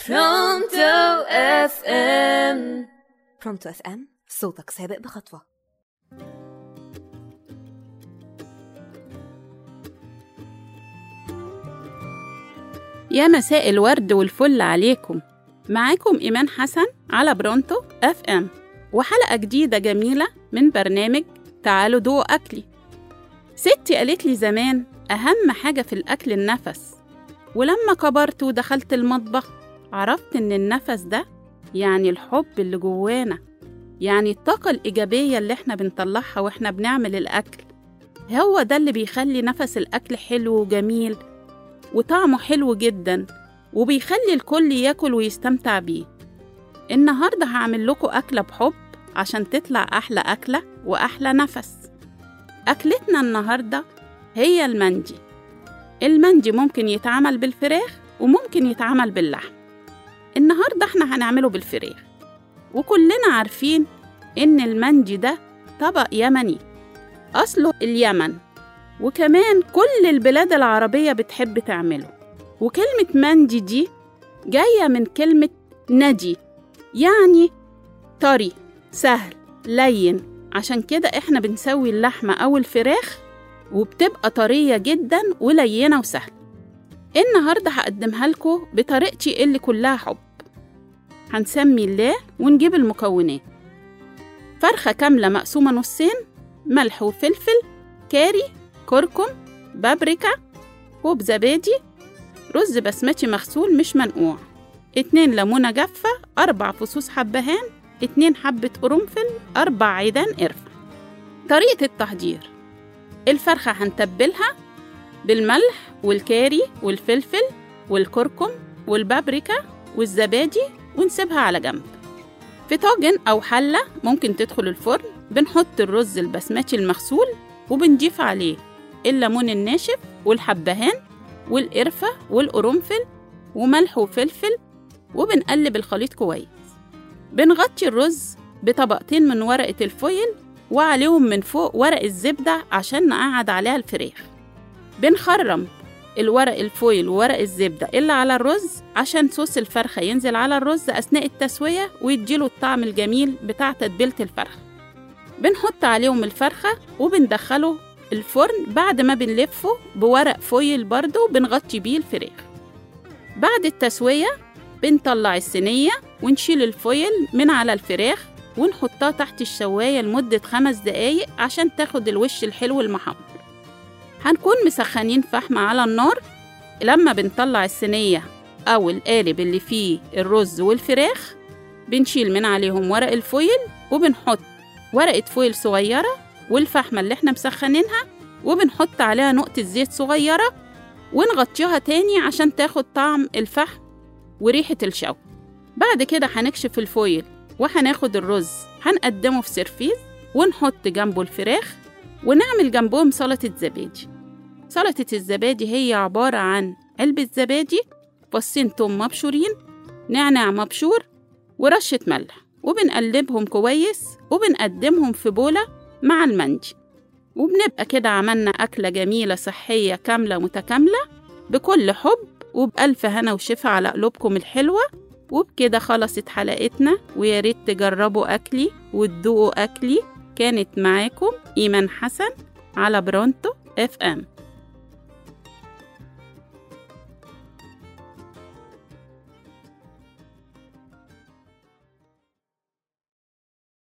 برونتو اف ام. برونتو اف ام، صوتك سابق بخطوة. يا مساء الورد والفل عليكم. معاكم إيمان حسن على برونتو اف ام، وحلقة جديدة جميلة من برنامج تعالوا دوقوا أكلي. ستي قالت لي زمان أهم حاجة في الأكل النفس، ولما كبرت ودخلت المطبخ عرفت إن النفس ده يعني الحب اللي جوانا، يعني الطاقة الإيجابية اللي إحنا بنطلعها وإحنا بنعمل الأكل. هو ده اللي بيخلي نفس الأكل حلو وجميل وطعمه حلو جدا، وبيخلي الكل ياكل ويستمتع بيه. النهاردة هعمل لكم أكلة بحب عشان تطلع أحلى أكلة وأحلى نفس. أكلتنا النهاردة هي المندي. المندي ممكن يتعمل بالفراخ وممكن يتعمل باللحم. النهاردة احنا هنعمله بالفراخ، وكلنا عارفين إن المندي ده طبق يمني أصله اليمن، وكمان كل البلاد العربية بتحب تعمله. وكلمة مندي دي جاية من كلمة ندي، يعني طري سهل لين. عشان كده احنا بنسوي اللحمة أو الفراخ وبتبقى طرية جدا ولينة وسهلة. النهاردة هقدمها لكم بطريقتي اللي كلها حب. هنسمي الله ونجيب المكونات: فرخة كاملة مقسومة نصين، ملح وفلفل، كاري، كركم، بابريكا، كوب زبادي، رز بسمتي مغسول مش منقوع، 2 ليمونة جافة، 4 فصوص حبهان، 2 حبة قرنفل، 4 عيدان قرفة. طريقة التحضير: الفرخة هنتبلها بالملح والكاري والفلفل والكركم والبابريكا والزبادي ونسيبها على جنب. في طاجن أو حلة ممكن تدخل الفرن، بنحط الرز البسمتي المغسول وبنضيف عليه الليمون الناشف والحبهان والقرفة والقرنفل وملح وفلفل، وبنقلب الخليط كويس. بنغطي الرز بطبقتين من ورقة الفويل وعليهم من فوق ورق الزبدة عشان نقعد عليها الفراخ. بنخرم الورق الفويل وورق الزبدة اللي على الرز عشان صوص الفرخة ينزل على الرز أثناء التسوية ويديله الطعم الجميل بتاع تتبيلة الفرخة. بنحط عليهم الفرخة وبندخله الفرن بعد ما بنلفه بورق فويل برضو بنغطي بيه الفراخ. بعد التسوية بنطلع الصينية ونشيل الفويل من على الفراخ ونحطها تحت الشواية لمدة 5 دقايق عشان تاخد الوش الحلو المحمر. هنكون مسخنين فحم على النار. لما بنطلع الصينية أو القالب اللي فيه الرز والفراخ بنشيل من عليهم ورق الفويل وبنحط ورقة فويل صغيرة والفحمة اللي احنا مسخنينها، وبنحط عليها نقطة زيت صغيرة ونغطيها تاني عشان تاخد طعم الفحم وريحة الشوي. بعد كده هنكشف الفويل وهناخد الرز هنقدمه في سرفيز ونحط جنبه الفراخ ونعمل جنبهم سلطة زبادي. سلطة الزبادي هي عبارة عن علبة زبادي، فصين توم مبشورين، نعناع مبشور، ورشة ملح، وبنقلبهم كويس وبنقدمهم في بولة مع المندي. وبنبقى كده عملنا أكلة جميلة صحية كاملة متكاملة بكل حب وبألف هنا وشفا على قلوبكم الحلوة. وبكده خلصت حلقتنا، ويا ريت تجربوا أكلي وتدوقوا أكلي. كانت معاكم إيمان حسن على برونتو اف ام.